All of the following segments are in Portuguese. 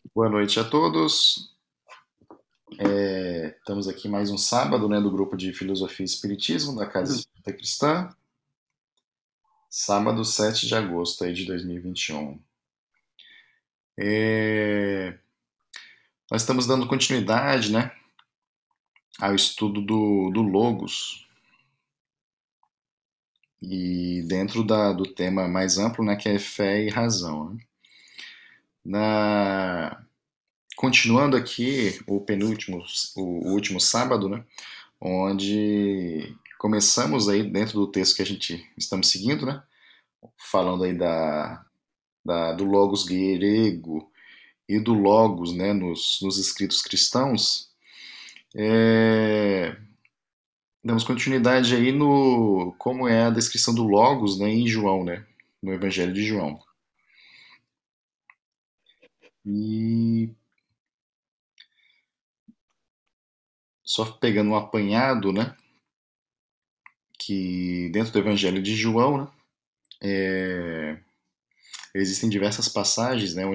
Boa noite a todos. Estamos aqui mais um sábado, né, do grupo de Filosofia e Espiritismo da Casa Espírita Cristã. Sábado 7 de agosto aí de 2021. Nós estamos dando continuidade, né, ao estudo do Logos e dentro do tema mais amplo, né, que é fé e razão, né? Continuando aqui o penúltimo, o último sábado, né, onde começamos aí dentro do texto que a gente estamos seguindo, né, falando aí do logos grego e do logos, né, nos escritos cristãos, é, damos continuidade aí no como é a descrição do logos, né, em João, né, no Evangelho de João. E só pegando um apanhado, né, que dentro do Evangelho de João, né, existem diversas passagens, né,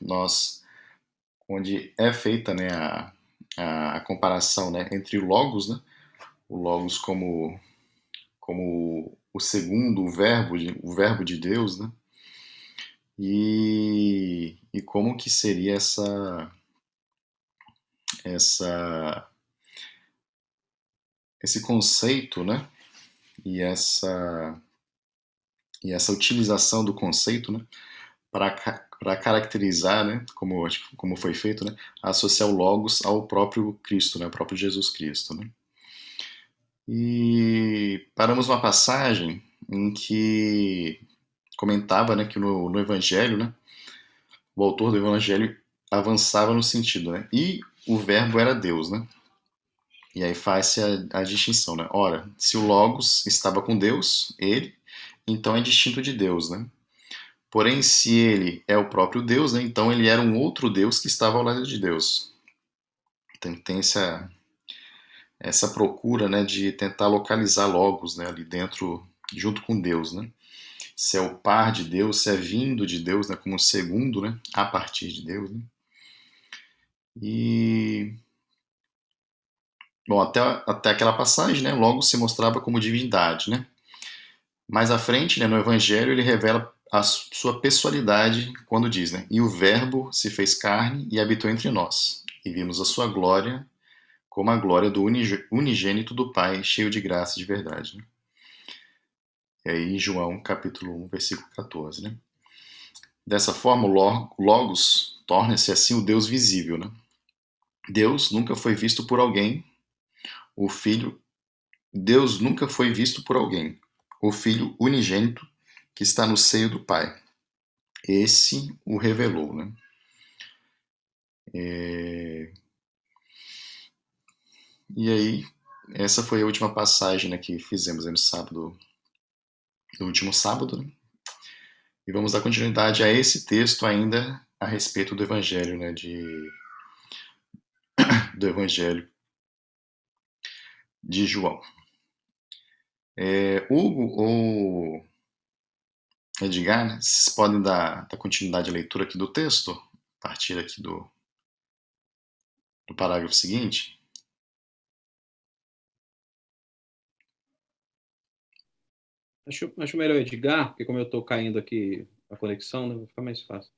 onde é feita, né, a comparação, né, entre o logos como o segundo, o verbo de Deus, né? E como que seria essa, esse conceito, né? E essa utilização do conceito, né? Para caracterizar, né? Como foi feito, né? Associar o Logos ao próprio Cristo, né? Ao próprio Jesus Cristo, né? E paramos numa passagem em que comentava, né, que no Evangelho, né, o autor do Evangelho avançava no sentido, né? E o verbo era Deus, né? E aí faz-se a distinção, né? Ora, se o Logos estava com Deus, ele, então é distinto de Deus, né? Porém, se ele é o próprio Deus, né? Então ele era um outro Deus que estava ao lado de Deus. Então tem essa procura, né, de tentar localizar Logos, né, ali dentro, junto com Deus, né? Se é o par de Deus, se é vindo de Deus, né, como segundo, né, a partir de Deus, né? E bom, até aquela passagem, né, logo se mostrava como divindade, né? Mais à frente, né, no Evangelho, ele revela a sua pessoalidade quando diz, né, e o Verbo se fez carne e habitou entre nós, e vimos a sua glória como a glória do unigênito do Pai, cheio de graça e de verdade, né? E aí, João, capítulo 1, versículo 14, né? Dessa forma, o Logos torna-se assim o Deus visível, né? Deus nunca foi visto por alguém, o Filho Deus nunca foi visto por alguém. O Filho unigênito que está no seio do Pai. Esse o revelou, né? E aí, essa foi a última passagem, né, que fizemos no sábado, no último sábado, né? E vamos dar continuidade a esse texto ainda a respeito do Evangelho, né, do Evangelho de João. Hugo ou Edgar, né, vocês podem dar continuidade à leitura aqui do texto, a partir aqui do parágrafo seguinte? Acho melhor Edgar, porque como eu estou caindo aqui a conexão, né, vai ficar mais fácil.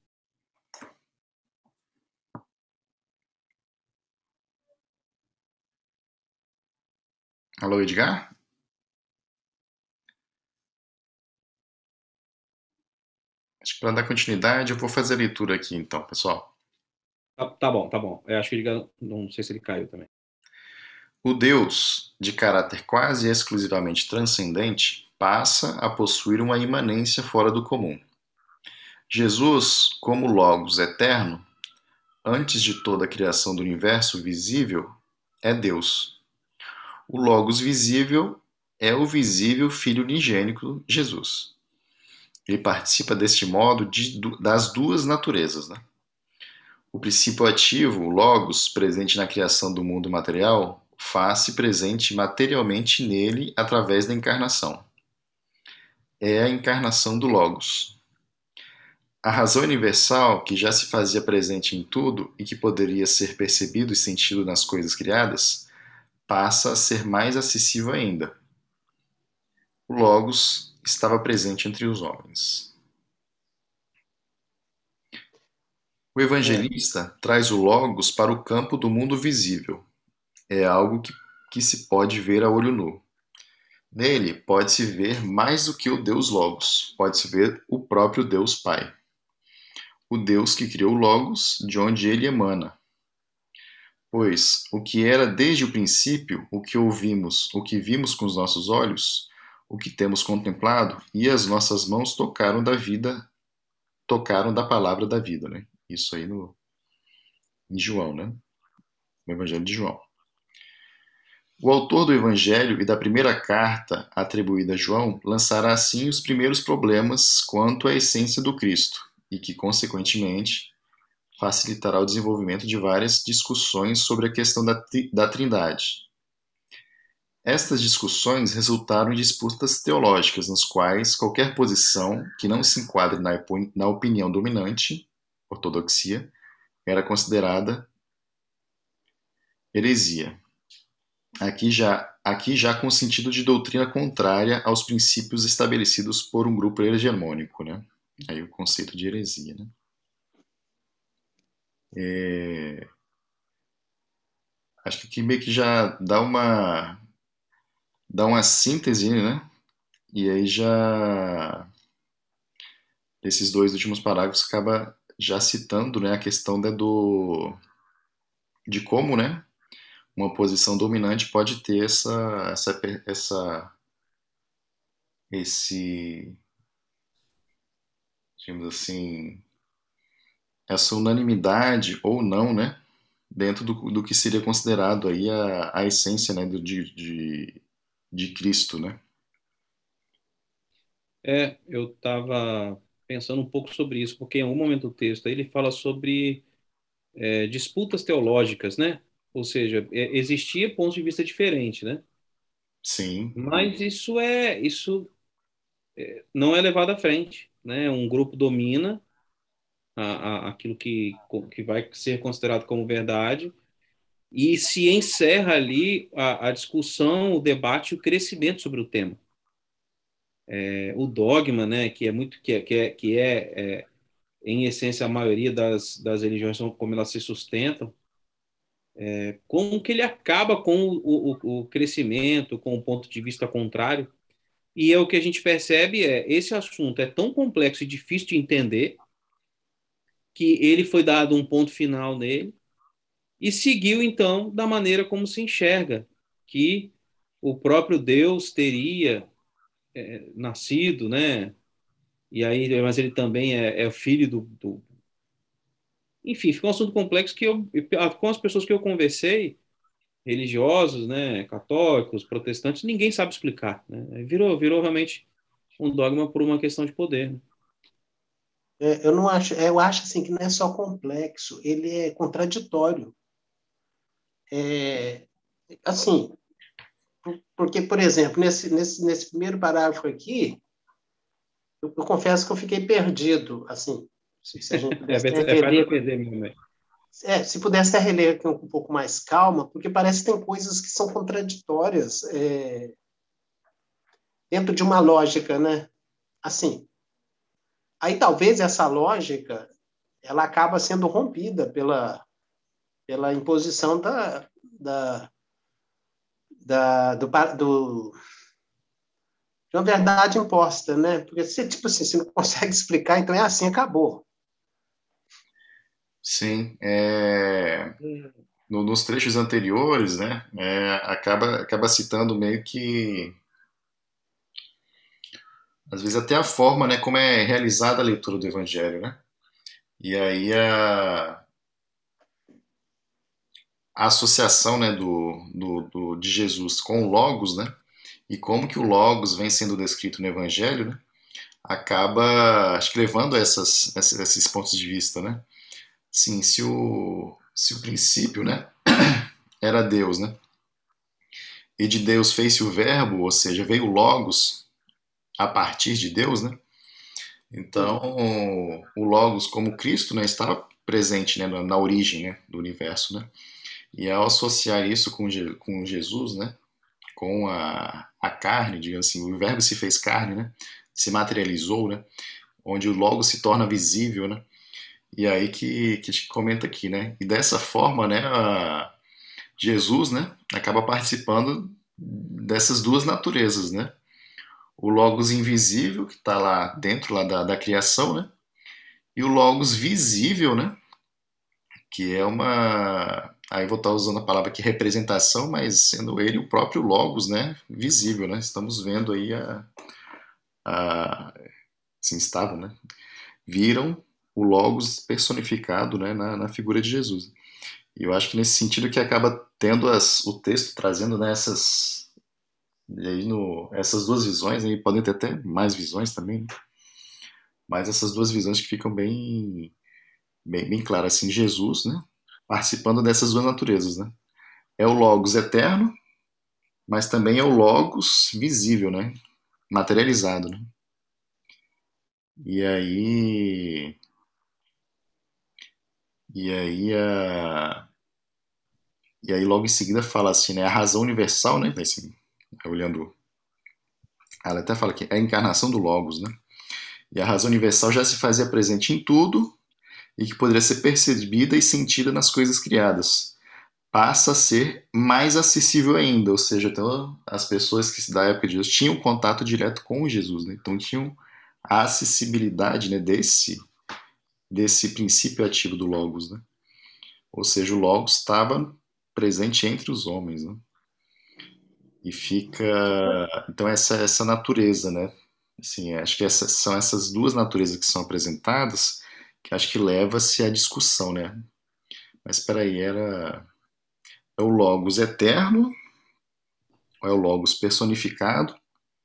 Alô, Edgar? Acho que para dar continuidade, eu vou fazer a leitura aqui então, pessoal. Tá bom, tá bom. Eu acho que Edgar, não sei se ele caiu também. O Deus, de caráter quase exclusivamente transcendente, passa a possuir uma imanência fora do comum. Jesus, como Logos eterno, antes de toda a criação do universo visível, é Deus. O Logos visível é o visível Filho unigênico Jesus. Ele participa deste modo das duas naturezas, né? O princípio ativo, o Logos, presente na criação do mundo material, faz-se presente materialmente nele através da encarnação. É a encarnação do Logos. A razão universal, que já se fazia presente em tudo e que poderia ser percebido e sentido nas coisas criadas, passa a ser mais acessível ainda. O Logos estava presente entre os homens. O É, evangelista traz o Logos para o campo do mundo visível. É algo que se pode ver a olho nu. Nele pode-se ver mais do que o Deus Logos, pode-se ver o próprio Deus Pai. O Deus que criou o Logos, de onde ele emana. Pois o que era desde o princípio, o que ouvimos, o que vimos com os nossos olhos, o que temos contemplado, e as nossas mãos tocaram da vida, tocaram da palavra da vida, né? Isso aí no, em João, né? No Evangelho de João. O autor do Evangelho e da primeira carta atribuída a João lançará assim os primeiros problemas quanto à essência do Cristo, e que, consequentemente, facilitará o desenvolvimento de várias discussões sobre a questão da Trindade. Estas discussões resultaram em disputas teológicas, nas quais qualquer posição que não se enquadre na opinião dominante, ortodoxia, era considerada heresia. Aqui já com sentido de doutrina contrária aos princípios estabelecidos por um grupo hegemônico, né? Aí o conceito de heresia, né? Acho que aqui meio que já dá uma síntese, né? E aí já esses dois últimos parágrafos acaba já citando, né, a questão de como, né, uma posição dominante pode ter esse, digamos assim, essa unanimidade ou não, né, dentro do que seria considerado aí a essência, né, de Cristo, né? Eu estava pensando um pouco sobre isso, porque em algum momento do texto aí ele fala sobre disputas teológicas, né? Ou seja, existia pontos de vista diferentes, né? Sim, Mas isso não é levado à frente, né? Um grupo domina aquilo que vai ser considerado como verdade e se encerra ali a discussão, o debate, o crescimento sobre o tema. O dogma, né? Que é muito em essência a maioria das religiões como elas se sustentam, como que ele acaba com o crescimento, com o ponto de vista contrário. E o que a gente percebe esse assunto é tão complexo e difícil de entender que ele foi dado um ponto final nele e seguiu então da maneira como se enxerga, que o próprio Deus teria nascido, né? E aí, mas ele também é o filho do. Enfim, fica um assunto complexo que com as pessoas que eu conversei, religiosos, né, católicos, protestantes, ninguém sabe explicar, né? Virou realmente um dogma por uma questão de poder, né? eu não acho, eu acho assim que não é só complexo, ele é contraditório. É, assim, porque, por exemplo, nesse primeiro parágrafo aqui, eu confesso que eu fiquei perdido, assim, se a gente pudesse até É fácil reler, aprender mesmo, né? se pudesse até reler aqui um pouco mais calma, porque parece que tem coisas que são contraditórias dentro de uma lógica, né? Assim, aí talvez essa lógica ela acaba sendo rompida pela imposição do de uma verdade imposta, né? Porque se tipo assim, você não consegue explicar, então é assim, acabou. sim. Nos trechos anteriores, né, acaba citando meio que, às vezes, até a forma, né, como é realizada a leitura do Evangelho, né? E aí a associação, né, de Jesus com o Logos, né, e como que o Logos vem sendo descrito no Evangelho, né, acaba, acho que levando esses pontos de vista, né? Sim, se o princípio, né, era Deus, né, e de Deus fez-se o Verbo, ou seja, veio o Logos a partir de Deus, né, Então, o Logos, como Cristo, né, está presente, né, na origem, né, do universo, né? E ao associar isso com Jesus, né, com a carne, digamos assim, o Verbo se fez carne, né, se materializou, né, onde o Logos se torna visível, né? E aí que te comenta aqui, né? E dessa forma, né, Jesus, né, acaba participando dessas duas naturezas, né? O Logos invisível, que está lá dentro lá da criação, né? E o Logos visível, né? Que é uma. Aí vou estar usando a palavra aqui representação, mas sendo ele o próprio Logos, né? Visível, né? Estamos vendo aí a assim, estavam, né? Viram o Logos personificado, né? Na figura de Jesus. E eu acho que nesse sentido que acaba tendo o texto trazendo, né, essas duas visões, né, e podem ter até mais visões também, né, mas essas duas visões que ficam bem claras, assim, Jesus, né, participando dessas duas naturezas, né. É o Logos eterno, mas também é o Logos visível, né, materializado, né. E aí, e aí, e aí logo em seguida fala assim, né, a razão universal, né, assim, olhando, ela até fala que é a encarnação do Logos, né. E a razão universal já se fazia presente em tudo e que poderia ser percebida e sentida nas coisas criadas. Passa a ser mais acessível ainda, ou seja, então as pessoas que da época de Jesus tinham contato direto com Jesus, né? Então tinham a acessibilidade, né, desse princípio ativo do Logos, né? Ou seja, o Logos estava presente entre os homens, né? E fica então essa natureza, né? Assim, acho que são essas duas naturezas que são apresentadas que acho que leva-se à discussão, né? Mas espera aí, é o Logos eterno, ou é o Logos personificado,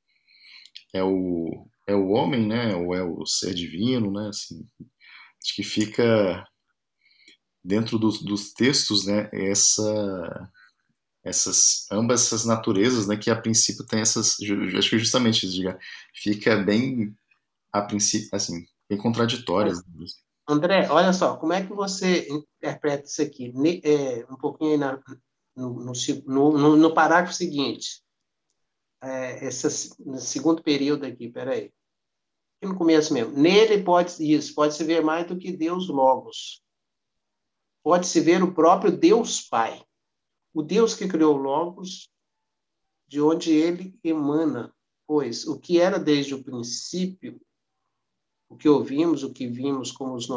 é o homem, né? Ou é o ser divino, né? Assim, acho que fica dentro dos textos, né? Ambas essas naturezas, né? Que a princípio tem acho que justamente, diga, fica bem a princípio, assim, bem contraditórias. Mas, André, olha só, como é que você interpreta isso aqui? Um pouquinho aí no parágrafo seguinte, no segundo período aqui, peraí. Aqui no começo mesmo. Nele pode-se ver mais do que Deus Logos. Pode-se ver o próprio Deus Pai. O Deus que criou o Logos, de onde ele emana. Pois o que era desde o princípio, o que ouvimos, o que vimos com os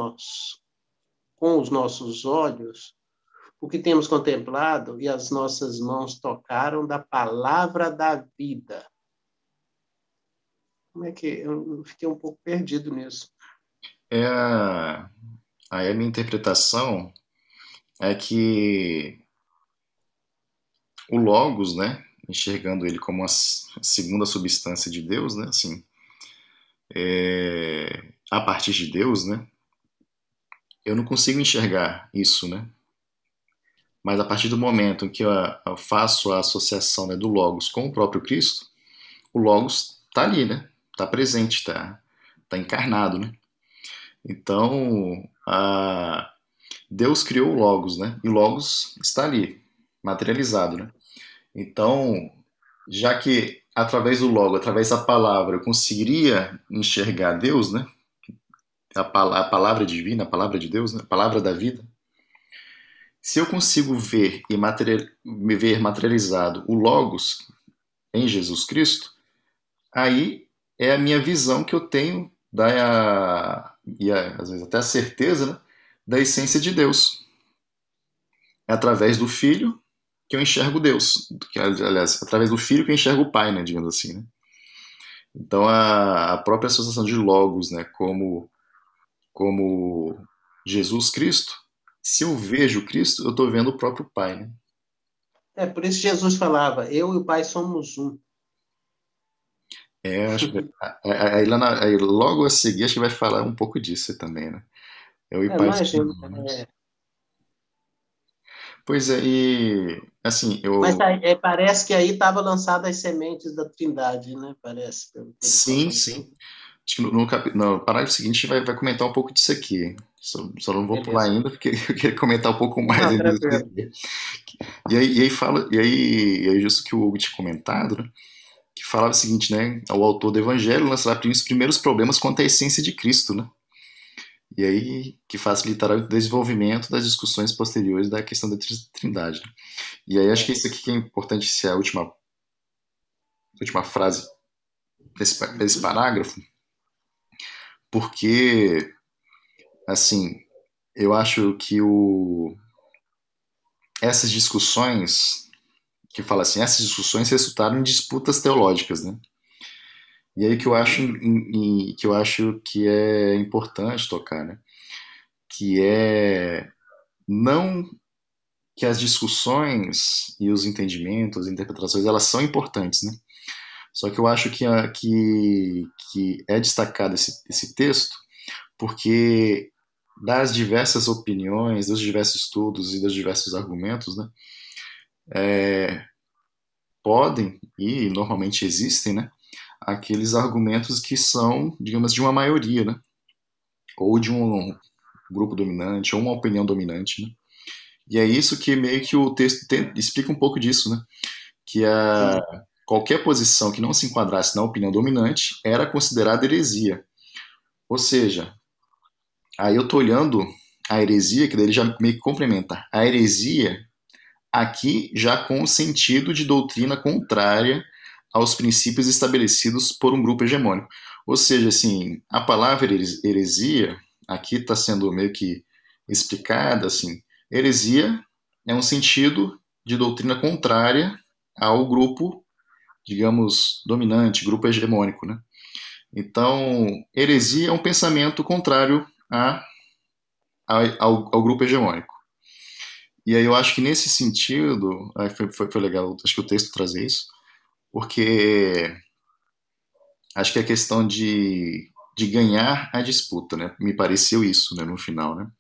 nossos olhos, o que temos contemplado e as nossas mãos tocaram da palavra da vida. Como é que eu fiquei um pouco perdido nisso? É aí a minha interpretação é que o Logos, né, enxergando ele como a segunda substância de Deus, né, assim, a partir de Deus, né, eu não consigo enxergar isso, né, mas a partir do momento em que eu faço a associação, né, do Logos com o próprio Cristo, o Logos está ali, né, está presente, tá encarnado, né. Então, Deus criou o Logos, né, e o Logos está ali, materializado, né. Então, já que através do logo, através da palavra, eu conseguiria enxergar Deus, né? A palavra divina, a palavra de Deus, né? A palavra da vida. Se eu consigo ver e me ver materializado o Logos em Jesus Cristo, aí é a minha visão que eu tenho às vezes até a certeza, né, da essência de Deus. É através do Filho que eu enxergo Deus. Aliás, através do Filho que eu enxergo o Pai, né, digamos assim, né? Então a própria associação de Logos, né, como Jesus Cristo, se eu vejo Cristo, eu estou vendo o próprio Pai, né? Por isso Jesus falava, eu e o Pai somos um. Acho que aí logo a seguir acho que vai falar um pouco disso também, né? Eu e o Pai Imagina. somos um, né? Pois é, e assim, Mas parece que aí estava lançada as sementes da Trindade, né? Parece, pelo que ele sim, falou. sim. acho que no parágrafo seguinte vai comentar um pouco disso aqui. Só não vou pular Beleza. ainda, porque eu queria comentar um pouco mais Não, ainda disso tranquilo. aqui. E aí justo que o Hugo tinha comentado, né, que falava o seguinte, né, o autor do Evangelho lançará os primeiros problemas quanto à essência de Cristo, né, e aí que facilitará o desenvolvimento das discussões posteriores da questão da Trindade. E aí acho que isso aqui que é importante ser a última frase desse parágrafo, porque, assim, eu acho que essas discussões, que fala assim, essas discussões resultaram em disputas teológicas, né? E aí que eu acho, que eu acho que é importante tocar, né? Que é não que as discussões e os entendimentos, as interpretações, elas são importantes, né? Só que eu acho que é destacado esse texto porque das diversas opiniões, dos diversos estudos e dos diversos argumentos, né, podem e normalmente existem, né, aqueles argumentos que são, digamos, de uma maioria, né, ou de um grupo dominante, ou uma opinião dominante, né. E é isso que meio que o texto explica um pouco disso, né, que Sim. qualquer posição que não se enquadrasse na opinião dominante era considerada heresia. Ou seja, aí eu tô olhando a heresia, que daí ele já meio que complementa. A heresia aqui já com o sentido de doutrina contrária aos princípios estabelecidos por um grupo hegemônico. Ou seja, assim, a palavra heresia aqui está sendo meio que explicada assim. Heresia é um sentido de doutrina contrária ao grupo, digamos, dominante, grupo hegemônico, né? Então, heresia é um pensamento contrário ao grupo hegemônico. E aí eu acho que nesse sentido, aí foi legal, acho que o texto trazer isso, porque acho que é questão de ganhar a disputa, né? Me pareceu isso, né, no final, né?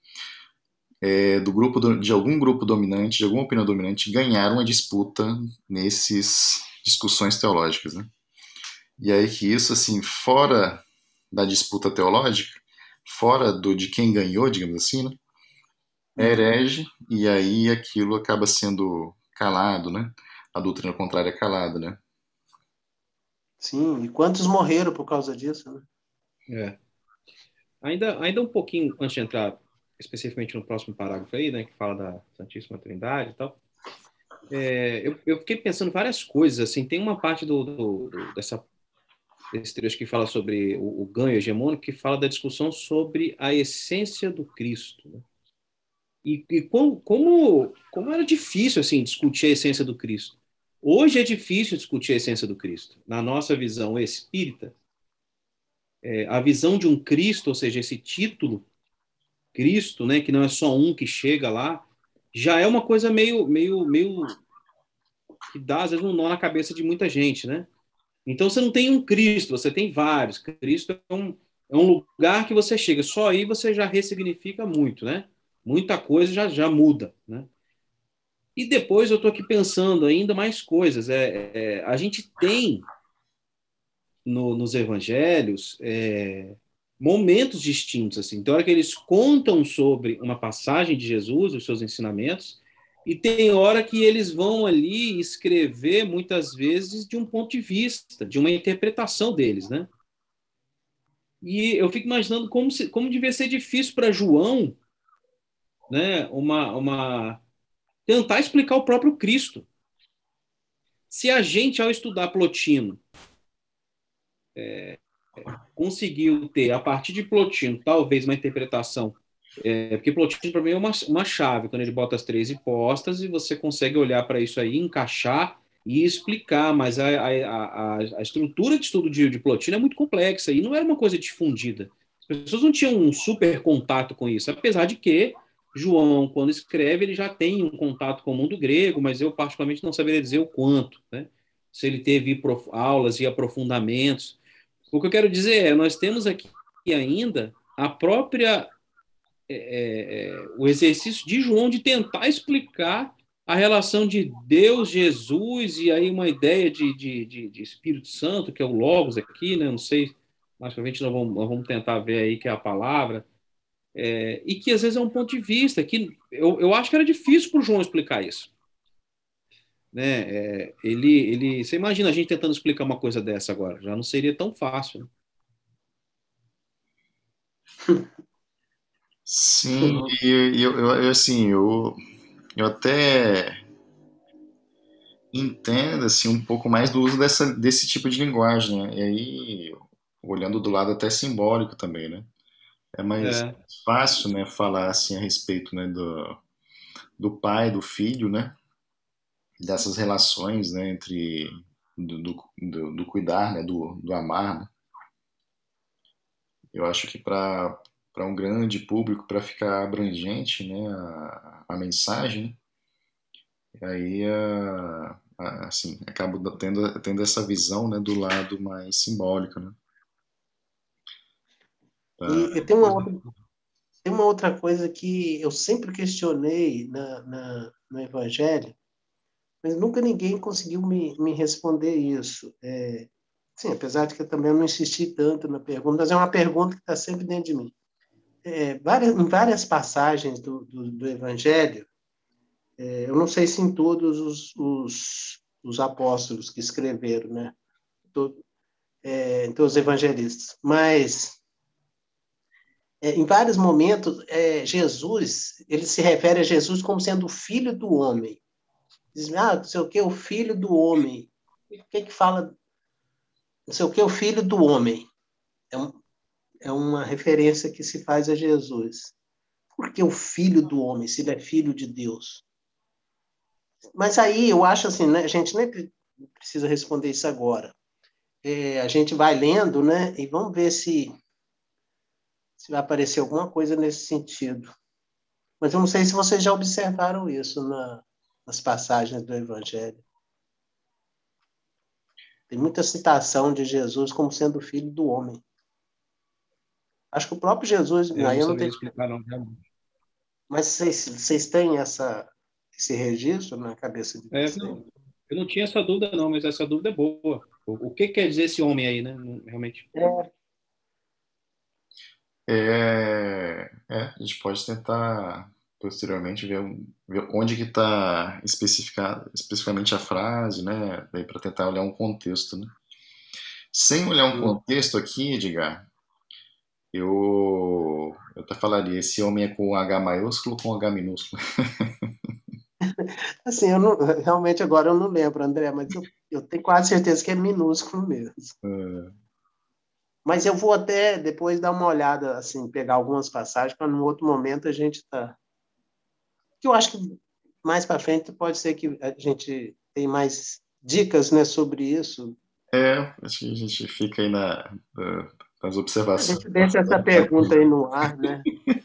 De algum grupo dominante, de alguma opinião dominante, ganhar uma disputa nesses discussões teológicas, né? E aí que isso, assim, fora da disputa teológica, fora de quem ganhou, digamos assim, né? É herege, e aí aquilo acaba sendo calado, né? A doutrina contrária é calada, né? Sim, e quantos morreram por causa disso, né? É. Ainda um pouquinho antes de entrar especificamente no próximo parágrafo aí, né, que fala da Santíssima Trindade e tal, eu fiquei pensando várias coisas, assim, tem uma parte desse trecho que fala sobre o ganho hegemônico, que fala da discussão sobre a essência do Cristo, né? E como era difícil, assim, discutir a essência do Cristo. Hoje é difícil discutir a essência do Cristo. Na nossa visão espírita, a visão de um Cristo, ou seja, esse título Cristo, né, que não é só um que chega lá, já é uma coisa meio que dá às vezes um nó na cabeça de muita gente, né? Então você não tem um Cristo, você tem vários. Cristo é um lugar que você chega, só aí você já ressignifica muito, né? Muita coisa já muda, né? E depois eu estou aqui pensando ainda mais coisas. A gente tem nos evangelhos momentos distintos. Assim. Tem hora que eles contam sobre uma passagem de Jesus, os seus ensinamentos, e tem hora que eles vão ali escrever, muitas vezes, de um ponto de vista, de uma interpretação deles. Né? E eu fico imaginando como devia ser difícil para João, né, tentar explicar o próprio Cristo. Se a gente, ao estudar Plotino, conseguiu ter, a partir de Plotino, talvez uma interpretação, porque Plotino, para mim, é uma chave, quando ele bota as três hipóstases, e você consegue olhar para isso aí, encaixar e explicar, mas a estrutura de estudo de Plotino é muito complexa, e não era uma coisa difundida. As pessoas não tinham um super contato com isso, apesar de que João, quando escreve, ele já tem um contato com o mundo grego, mas eu particularmente não saberia dizer o quanto, né? Se ele teve aulas e aprofundamentos. O que eu quero dizer nós temos aqui ainda a própria o exercício de João de tentar explicar a relação de Deus, Jesus e aí uma ideia de Espírito Santo, que é o Logos aqui, né? Não sei mais pra frente nós vamos tentar ver aí que é a palavra, e que às vezes é um ponto de vista que eu acho que era difícil para o João explicar isso, né? Você imagina a gente tentando explicar uma coisa dessa agora, já não seria tão fácil, né? Sim, e assim, eu até entendo assim, um pouco mais do uso desse tipo de linguagem, né? E aí, olhando do lado até simbólico também, né? É mais É, fácil, né, falar assim a respeito, né, do pai, do filho, né? Dessas relações, né, entre do cuidar, né, do amar, né? Eu acho que para um grande público, para ficar abrangente, né, a mensagem, aí assim, acabo tendo essa visão, né, do lado mais simbólico, né? E tem uma outra coisa que eu sempre questionei no Evangelho, mas nunca ninguém conseguiu me responder isso. Sim, apesar de que eu também não insisti tanto na pergunta, mas é uma pergunta que está sempre dentro de mim. Em várias passagens do Evangelho, eu não sei se em todos os apóstolos que escreveram, né? Então, os evangelistas, mas em vários momentos, Jesus, ele se refere a Jesus como sendo o filho do homem. Diz, não sei o que, o filho do homem. O que fala, não sei o que, o filho do homem? É, um, é uma referência que se faz a Jesus. Por que o filho do homem, se ele é filho de Deus? Mas aí eu acho assim, né, a gente nem precisa responder isso agora. A gente vai lendo, né, e vamos ver se vai aparecer alguma coisa nesse sentido. Mas eu não sei se vocês já observaram isso nas passagens do Evangelho. Tem muita citação de Jesus como sendo filho do homem. Acho que o próprio Jesus, eu aí não eu não saberia tenho, explicar, não, realmente. mas vocês têm esse registro na cabeça de vocês? Não, eu não tinha essa dúvida, não, mas essa dúvida é boa. O que quer dizer esse homem aí, né? Realmente. É, A gente pode tentar posteriormente ver onde que está especificamente a frase, né, para tentar olhar um contexto, né? Sem olhar um Hum. contexto aqui, Edgar, eu até falaria, esse homem é com H maiúsculo ou com H minúsculo? assim, eu não, realmente agora eu não lembro, André, mas eu tenho quase certeza que é minúsculo mesmo. Mas eu vou até depois dar uma olhada, assim, pegar algumas passagens para no outro momento a gente tá. Que eu acho que mais para frente pode ser que a gente tenha mais dicas, né, sobre isso. Acho que a gente fica aí nas A observações. gente deixa essa pergunta aí no ar, né?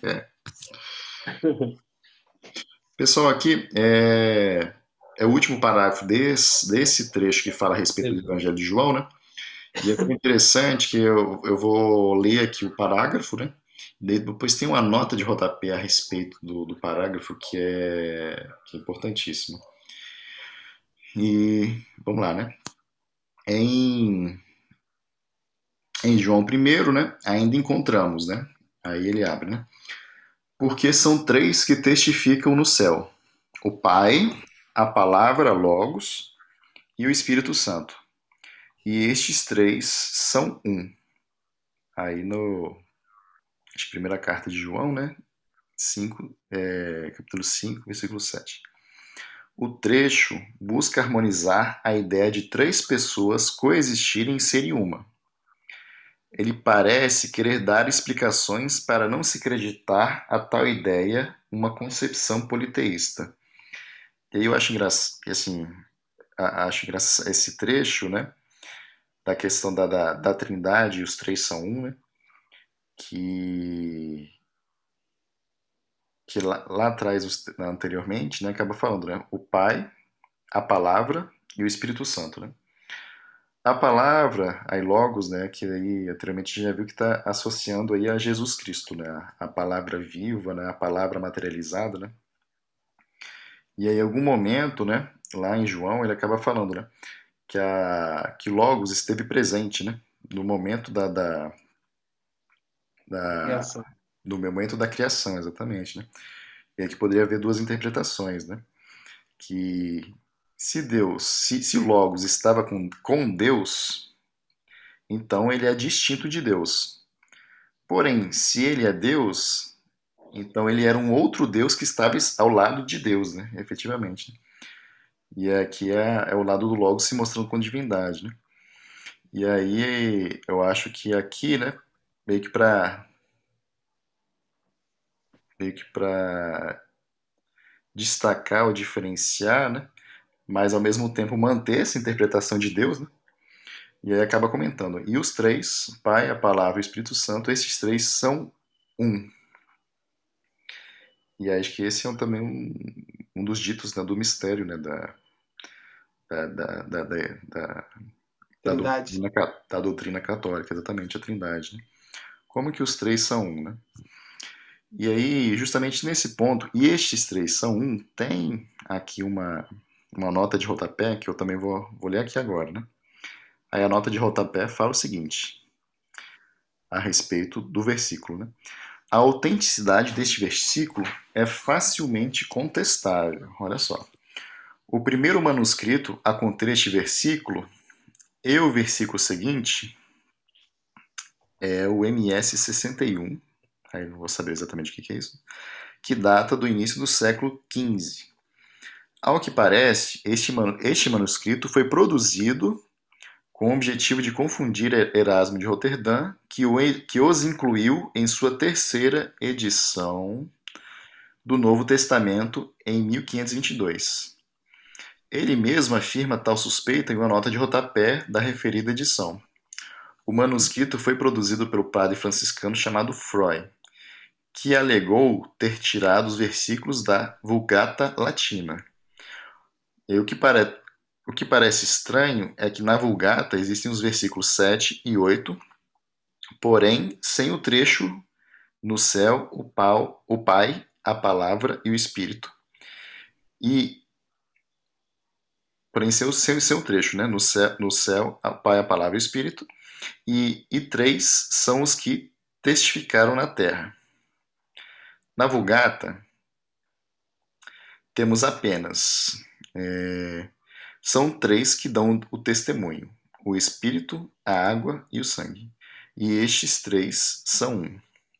Pessoal, aqui é o último parágrafo desse trecho que fala a respeito do Evangelho de João, né? E é interessante que eu vou ler aqui o parágrafo, né? Depois tem uma nota de rodapé a respeito do parágrafo que é importantíssimo. E vamos lá, né? Em, em João primeiro, né? Ainda encontramos, né? Aí ele abre, né? Porque são três que testificam no céu: o Pai, a Palavra, Logos, e o Espírito Santo. E estes três são um. Aí no acho que primeira carta de João, né? 5, capítulo 5, versículo 7. O trecho busca harmonizar a ideia de três pessoas coexistirem em serem uma. Ele parece querer dar explicações para não se acreditar a tal ideia uma concepção politeísta. E aí eu acho engraçado, assim, acho engraçado esse trecho, né, da questão da Trindade, e os três são um, né, que, que lá atrás, anteriormente, né, acaba falando, né, o Pai, a Palavra e o Espírito Santo, né. A palavra, aí Logos, né, que aí anteriormente a gente já viu que está associando aí a Jesus Cristo, né, a palavra viva, né, a palavra materializada, né. E aí, em algum momento, né, lá em João, ele acaba falando, né, que Logos esteve presente, né, no momento da, Criação. do momento da criação, exatamente, né? E aqui poderia haver duas interpretações, né? Que se o Logos estava com Deus, então ele é distinto de Deus. Porém, se ele é Deus, então ele era um outro Deus que estava ao lado de Deus, né? Efetivamente. E aqui é o lado do Logos se mostrando com divindade, né? E aí eu acho que aqui, né, meio que para meio que para destacar ou diferenciar, né, mas ao mesmo tempo manter essa interpretação de Deus, né? E aí acaba comentando. E os três, o Pai, a Palavra e o Espírito Santo, esses três são um. E acho que esse é também um dos ditos, né, do mistério, né, da, da, da, da, da, Trindade. da doutrina católica, exatamente, a Trindade, né? Como que os três são um, né? E aí, justamente nesse ponto, e estes três são um, tem aqui uma nota de rodapé que eu também vou ler aqui agora, né? Aí a nota de rodapé fala o seguinte, a respeito do versículo, né? A autenticidade deste versículo é facilmente contestável. Olha só. O primeiro manuscrito a conter este versículo e o versículo seguinte é o MS 61, aí não vou saber exatamente o que é isso, que data do início do século XV. Ao que parece, este manuscrito foi produzido com o objetivo de confundir Erasmo de Roterdã, que os incluiu em sua terceira edição do Novo Testamento em 1522. Ele mesmo afirma tal suspeita em uma nota de rodapé da referida edição. O manuscrito foi produzido pelo padre franciscano chamado Froy, que alegou ter tirado os versículos da Vulgata Latina. E o que parece estranho é que na Vulgata existem os versículos 7 e 8, porém sem o trecho no céu, o Pai, a Palavra e o Espírito. E, porém, sem o trecho, né? No céu, o Pai, a Palavra e o Espírito. E três são os que testificaram na terra. Na Vulgata, temos apenas. São três que dão o testemunho: o Espírito, a água e o sangue. E estes três são um.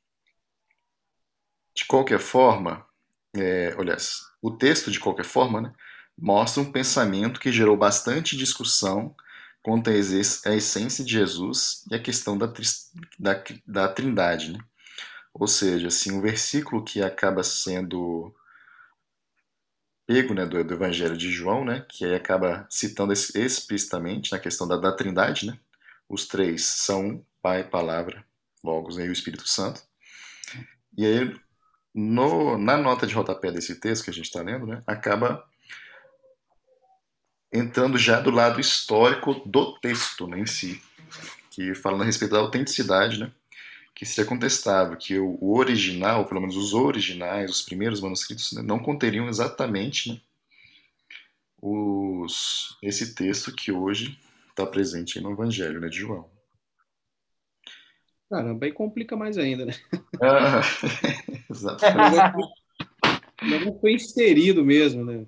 De qualquer forma, aliás, o texto, de qualquer forma, né, mostra um pensamento que gerou bastante discussão quanto à essência de Jesus e a questão da trindade. Né? Ou seja, assim, um versículo que acaba sendo pego, né, do Evangelho de João, né, que aí acaba citando explicitamente na questão da trindade, né, os três são um, Pai, Palavra, Logos e o Espírito Santo. E aí, na nota de rodapé desse texto que a gente está lendo, né, acaba entrando já do lado histórico do texto, né, em si, que falando a respeito da autenticidade, né, que seria contestável, que o original, pelo menos os originais, os primeiros manuscritos, né, não conteriam exatamente, né, esse texto que hoje está presente no Evangelho, né, de João. Caramba, aí complica mais ainda, né? Ah, O exatamente. negócio foi inserido mesmo, né?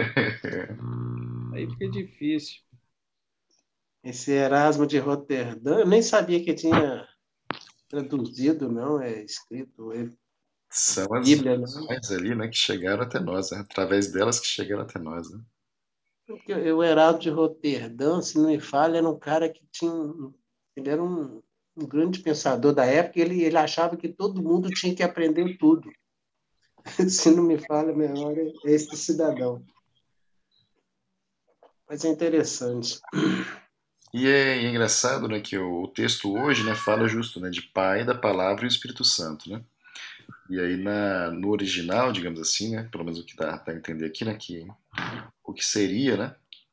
Aí fica difícil. Esse Erasmo de Roterdã, eu nem sabia que tinha traduzido, não, é escrito, São as Bíblia, não. versões ali, né, que chegaram até nós, né, através delas que chegaram até nós, né. Porque o Heraldo de Roterdã, se não me falha, era um cara que ele era um grande pensador da época, e ele achava que todo mundo tinha que aprender tudo. Se não me falha a memória, é esse cidadão. Mas é interessante. E é engraçado, né, que o texto hoje, né, fala justo, né, de Pai, da Palavra e o Espírito Santo, né. E aí no original, digamos assim, né, pelo menos o que dá para entender aqui, né, que o que seria, né,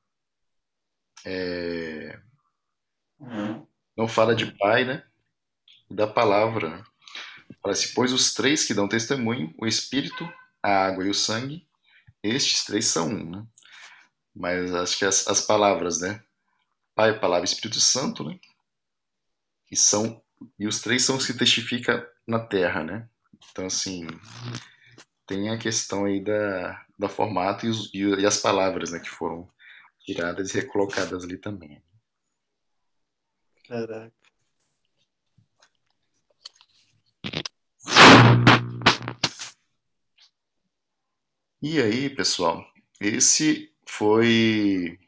não fala de Pai, né, e da Palavra, né. Fala-se, pois os três que dão testemunho, o Espírito, a água e o sangue, estes três são um, né. Mas acho que as palavras, né, Pai, Palavra e Espírito Santo, né, que são e os três são os que testifica na Terra, né? Então, assim, tem a questão aí da formato e as palavras, né, que foram tiradas e recolocadas ali também. Caraca. E aí, pessoal, esse foi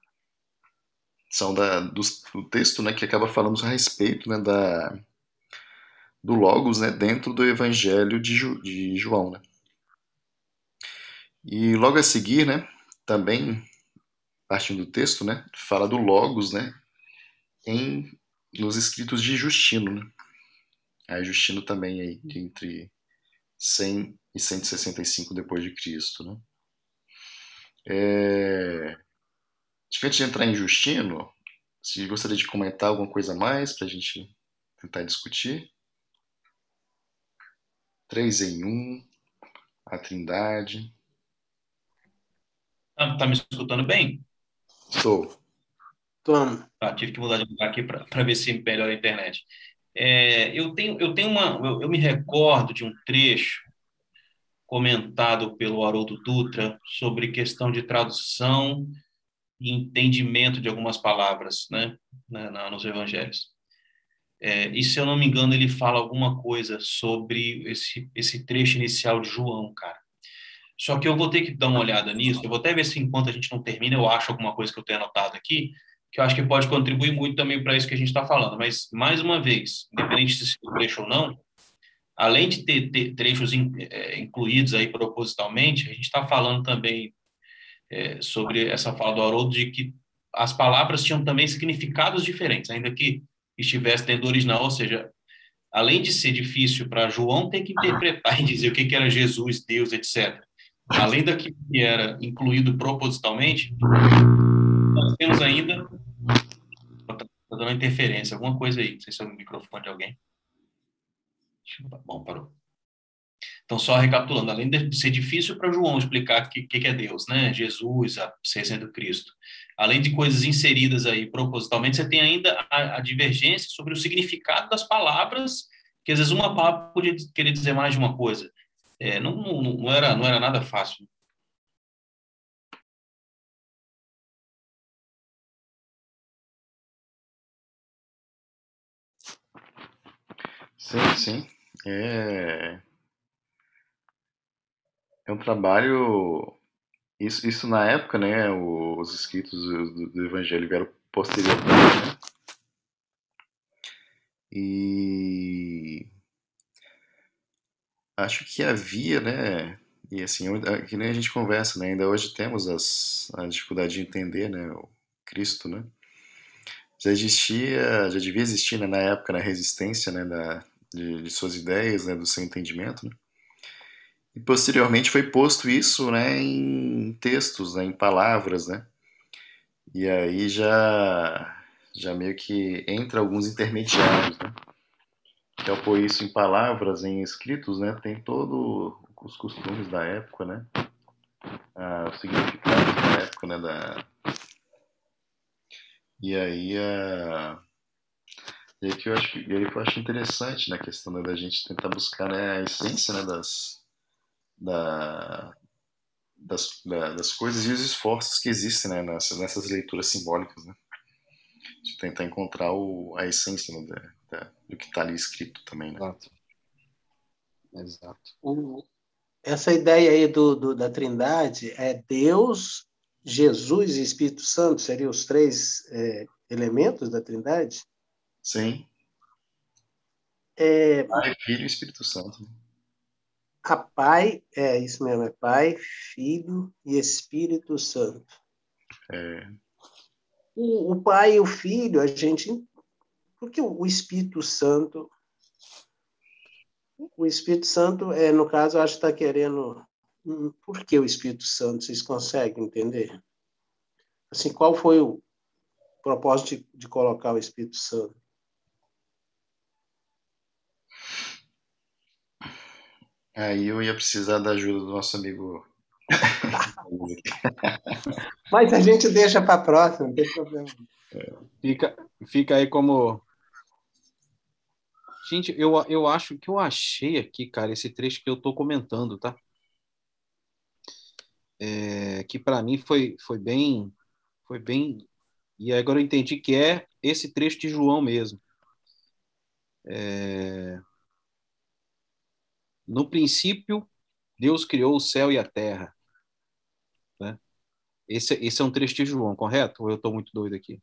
do texto, né, que acaba falando a respeito, né, do Logos, né, dentro do Evangelho de João, né? E logo a seguir, né, também partindo do texto, né, fala do Logos, né, nos escritos de Justino, né? Aí Justino também aí entre 100 e 165 depois de Cristo, né? Acho que antes de entrar em Justino, se gostaria de comentar alguma coisa a mais para a gente tentar discutir. 3 em 1, a Trindade. Tá me escutando bem? Estou. Toma. Tá, tive que mudar de lugar aqui para ver se melhora a internet. Eu me recordo de um trecho comentado pelo Haroldo Dutra sobre questão de tradução e entendimento de algumas palavras, né, nos evangelhos. E se eu não me engano, ele fala alguma coisa sobre esse trecho inicial de João, cara. Só que eu vou ter que dar uma olhada nisso. Eu vou até ver se enquanto a gente não termina, eu acho alguma coisa que eu tenho anotado aqui, que eu acho que pode contribuir muito também para isso que a gente está falando. Mas, mais uma vez, independente de se é trecho ou não, além de ter trechos incluídos aí propositalmente, a gente está falando também sobre essa fala do Haroldo de que as palavras tinham também significados diferentes, ainda que estivesse dentro do original, ou seja, além de ser difícil para João ter que interpretar e dizer o que era Jesus, Deus, etc., além daquilo que era incluído propositalmente, nós temos ainda. Está dando uma interferência, alguma coisa aí. Não sei se é o microfone de alguém. Bom, parou. Então, só recapitulando, além de ser difícil para João explicar o que é Deus, né? Jesus, a essência do Cristo. Além de coisas inseridas aí propositalmente, você tem ainda a divergência sobre o significado das palavras, que às vezes uma palavra podia querer dizer mais de uma coisa. Não era nada fácil. Sim, sim. É um trabalho. Isso na época, né? Os escritos do Evangelho vieram posteriormente, né? E acho que havia, né? E assim, que nem a gente conversa, né? Ainda hoje temos a dificuldade de entender, né? O Cristo, né? Já devia existir, né, na época, na resistência, né? De suas ideias, né? Do seu entendimento, né? E posteriormente foi posto isso, né? Em textos, né? Em palavras, né? E aí já meio que entra alguns intermediários, né? Que ao pôr isso em palavras, em escritos, né, tem todos os costumes da época, né, os significados da época, né, e aí e aí que eu acho interessante na questão, né, da gente tentar buscar, né, a essência, né, da, das coisas e os esforços que existem, né, nessas leituras simbólicas, né, de tentar encontrar a essência, né, do que está ali escrito também, né. Exato. Exato. Essa ideia aí da Trindade é Deus, Jesus e Espírito Santo, seriam os três elementos da Trindade? Sim. É, Pai, Filho e Espírito Santo. a Pai, é isso mesmo, é Pai, Filho e Espírito Santo. É, O Pai e o Filho, a gente. Porque o Espírito Santo. O Espírito Santo, no caso, eu acho que está querendo. Por que o Espírito Santo? Vocês conseguem entender? Assim, qual foi o propósito de colocar o Espírito Santo? aí eu ia precisar da ajuda do nosso amigo. Mas a gente deixa para a próxima, não tem problema. Fica aí como Gente, eu acho que eu achei aqui, cara, esse trecho que eu tô comentando, tá? Que para mim foi bem, e agora eu entendi que é esse trecho de João mesmo. No princípio, Deus criou o céu e a terra, né? Esse é um trecho de João, correto? Ou eu estou muito doido aqui?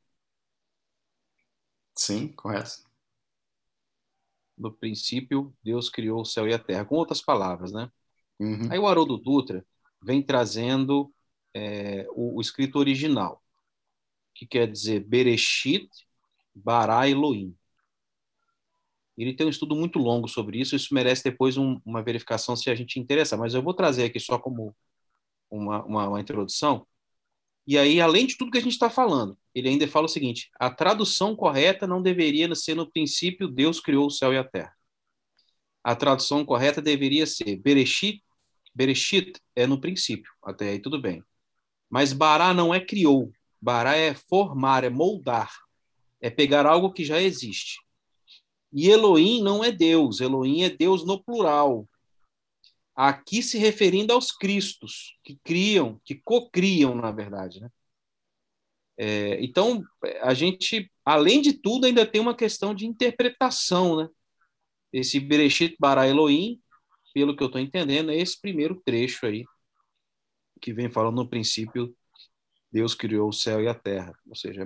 Sim, correto. No princípio, Deus criou o céu e a terra. Com outras palavras, né? Aí Uhum. o Haroldo Dutra vem trazendo o escrito original, que quer dizer Bereshit bara Elohim. Ele tem um estudo muito longo sobre isso, isso merece depois uma verificação se a gente interessar, mas eu vou trazer aqui só como uma introdução. E aí, além de tudo que a gente está falando, ele ainda fala o seguinte: a tradução correta não deveria ser no princípio Deus criou o céu e a terra. A tradução correta deveria ser Bereshit. Bereshit é no princípio, até aí tudo bem. Mas Bará não é criou. Bará é formar, é moldar, é pegar algo que já existe. E Elohim não é Deus, Elohim é Deus no plural. Aqui se referindo aos cristos, que criam, que cocriam, na verdade, né? Então, a gente, além de tudo, ainda tem uma questão de interpretação, né? Esse Bereshit bara Elohim, pelo que eu estou entendendo, é esse primeiro trecho aí, que vem falando no princípio, Deus criou o céu e a terra. Ou seja, é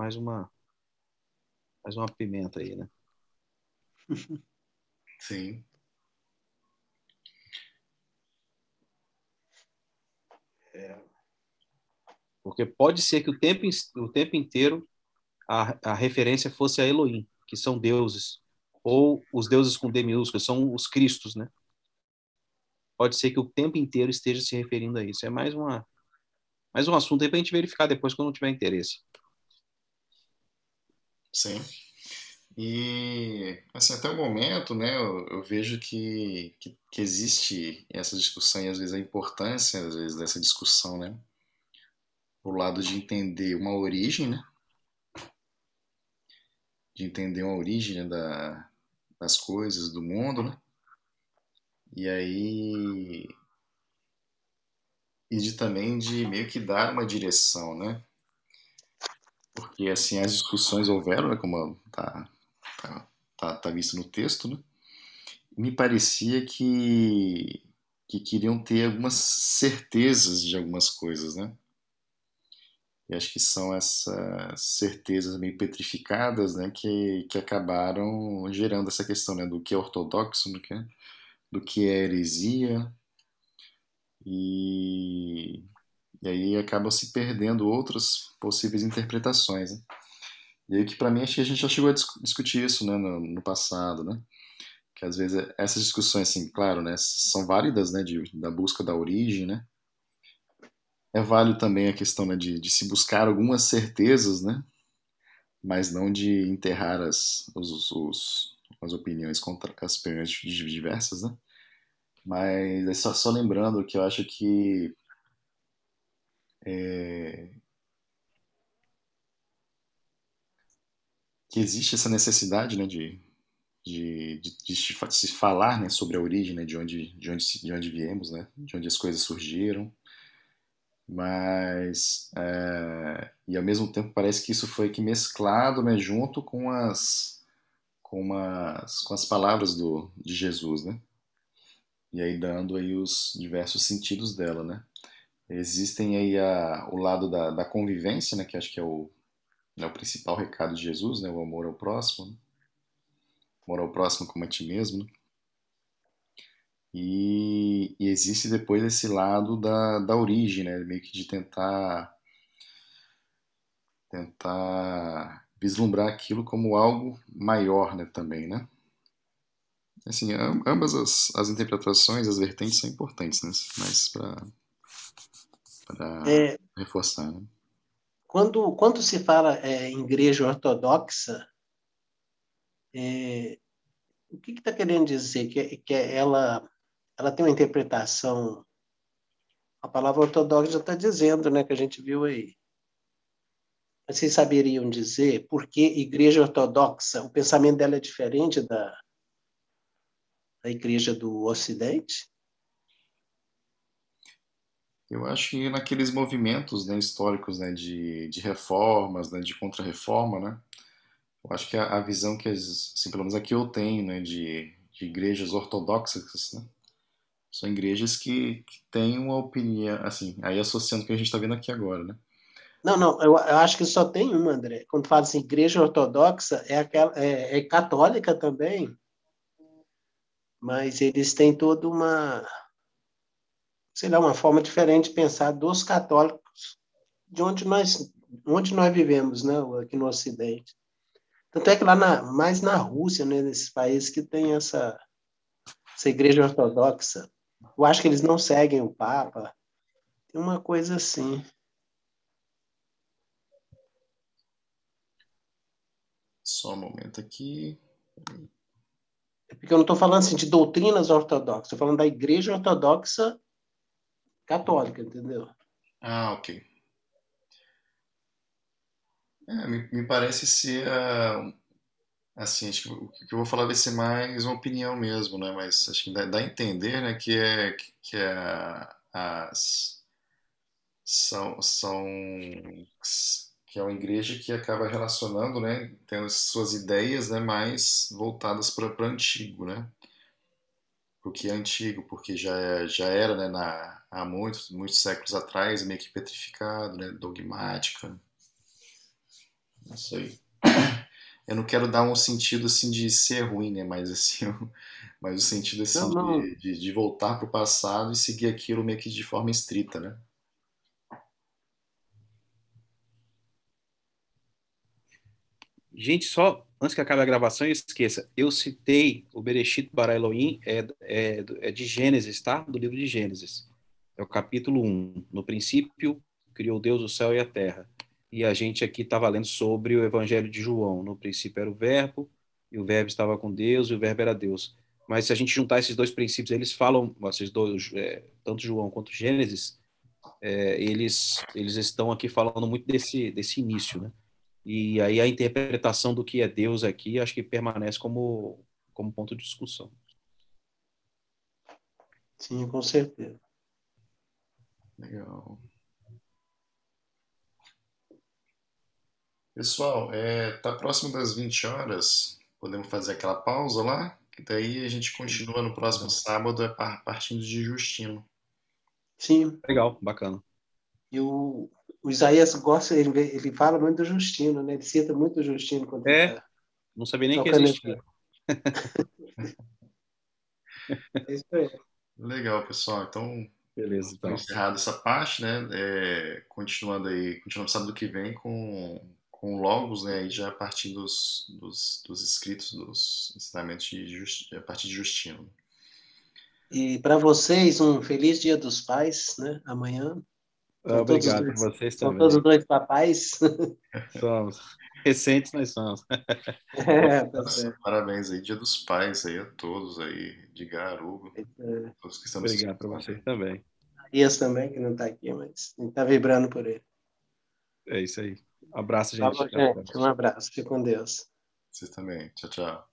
mais uma pimenta aí, né? Sim. Porque pode ser que o tempo inteiro a referência fosse a Elohim, que são deuses, ou os deuses com D minúsculo, são os cristos, né? Pode ser que o tempo inteiro esteja se referindo a isso. É mais um assunto aí para a gente verificar depois quando tiver interesse. Sim. E, assim, até o momento, né, eu vejo que existe essa discussão e às vezes a importância, às vezes, dessa discussão, né, pro lado de entender uma origem, né, de entender uma origem, né, das coisas, do mundo, né, e aí, e de também de meio que dar uma direção, né, porque, assim, as discussões houveram, né, como tá, tá visto no texto, né, me parecia que queriam ter algumas certezas de algumas coisas, né? E acho que são essas certezas meio petrificadas, né, que acabaram gerando essa questão, né, do que é ortodoxo, do que é heresia, e, e aí acabam se perdendo outras possíveis interpretações, né? E aí que para mim acho que a gente já chegou a discutir isso, né, no passado, né? Que às vezes essas discussões, assim, claro, né, são válidas, né, da busca da origem, né? É válido também a questão, né, de se buscar algumas certezas, né? Mas não de enterrar as opiniões contra as opiniões diversas, né? Mas é só lembrando que eu acho que existe essa necessidade, né, de se falar, né, sobre a origem, né, de onde viemos, né, de onde as coisas surgiram, mas e ao mesmo tempo parece que isso foi que mesclado, né, junto com as palavras de Jesus, né, e aí dando aí os diversos sentidos dela, né. Existem aí o lado da convivência, né, que acho que é o principal recado de Jesus, né, o amor ao próximo, né, amor ao próximo como a ti mesmo, né. E existe depois esse lado da origem, né, meio que de tentar vislumbrar aquilo como algo maior, né, também, né? Assim, ambas as interpretações, as vertentes são importantes, né? Mas para É, reforçar, né? quando se fala em igreja ortodoxa, o que está querendo dizer? Que ela tem uma interpretação, a palavra ortodoxa já está dizendo, né, que a gente viu aí. Vocês saberiam dizer por que igreja ortodoxa, o pensamento dela é diferente a igreja do Ocidente? Eu acho que naqueles movimentos, né, históricos, né, de reformas, né, de contra-reforma, né, eu acho que a visão que, assim, pelo menos aqui eu tenho, né, de igrejas ortodoxas, né, são igrejas que têm uma opinião, assim, aí associando o que a gente está vendo aqui agora, né. Não, não, eu acho que só tem uma, André. Quando fala assim, igreja ortodoxa, é católica também, mas eles têm toda uma, sei lá, uma forma diferente de pensar dos católicos, de onde nós vivemos, né, aqui no Ocidente. Tanto é que lá mais na Rússia, né, nesses países que tem essa igreja ortodoxa, eu acho que eles não seguem o Papa, tem uma coisa assim. Só um momento aqui. É porque eu não estou falando assim de doutrinas ortodoxas, estou falando da igreja ortodoxa católica, entendeu? Ah, ok. Me parece ser, assim, acho que o que eu vou falar vai ser mais uma opinião mesmo, né? Mas acho que dá a entender, né, que as são que é uma igreja que acaba relacionando, né, tendo as suas ideias, né, mais voltadas para o antigo, né? O que é antigo, porque já era, né, há muitos séculos atrás, meio que petrificado, né, dogmática, não sei. Eu não quero dar um sentido assim de ser ruim, né? Mas assim, mas o sentido Não, assim não. de voltar para o passado e seguir aquilo meio que de forma estrita, né? Gente, só antes que acabe a gravação, esqueça, eu citei o Bereshit bara Elohim, é de Gênesis, tá? Do livro de Gênesis. É o capítulo 1. No princípio, criou Deus o céu e a terra. E a gente aqui está lendo sobre o Evangelho de João. No princípio era o Verbo, e o Verbo estava com Deus, e o Verbo era Deus. Mas se a gente juntar esses dois princípios, eles falam, esses dois, tanto João quanto Gênesis, eles estão aqui falando muito desse início, né? E aí a interpretação do que é Deus aqui, acho que permanece como ponto de discussão. Sim, com certeza. Legal. Pessoal, tá próximo das 20 horas. Podemos fazer aquela pausa lá? Que daí a gente continua no próximo sábado, partindo de Justino. Sim, Legal, bacana. e o Isaías gosta, ele fala muito do Justino, né? Ele cita muito o Justino quando ele está Não sabia nem que tocando. existia. É isso aí. Legal, pessoal. Então, Beleza, foi então. encerrada essa parte, né? Continuando sábado que vem com Logos, né? Aí já a partir dos escritos, dos ensinamentos a partir de Justino. E para vocês, um feliz Dia dos Pais, né? Amanhã. Obrigado para vocês São todos também. dois papais. Somos recentes, nós somos. É, tá Nossa, certo. parabéns aí, Dia dos Pais aí a todos aí, de Hugo, É, todos que estão nos Obrigado para escutando. vocês também. Ias também, que não está aqui, mas a gente está vibrando por ele. É isso aí. Abraço, Falou, gente. Até a gente. Um próxima. abraço. Fique com Deus. Vocês também. Tchau, tchau.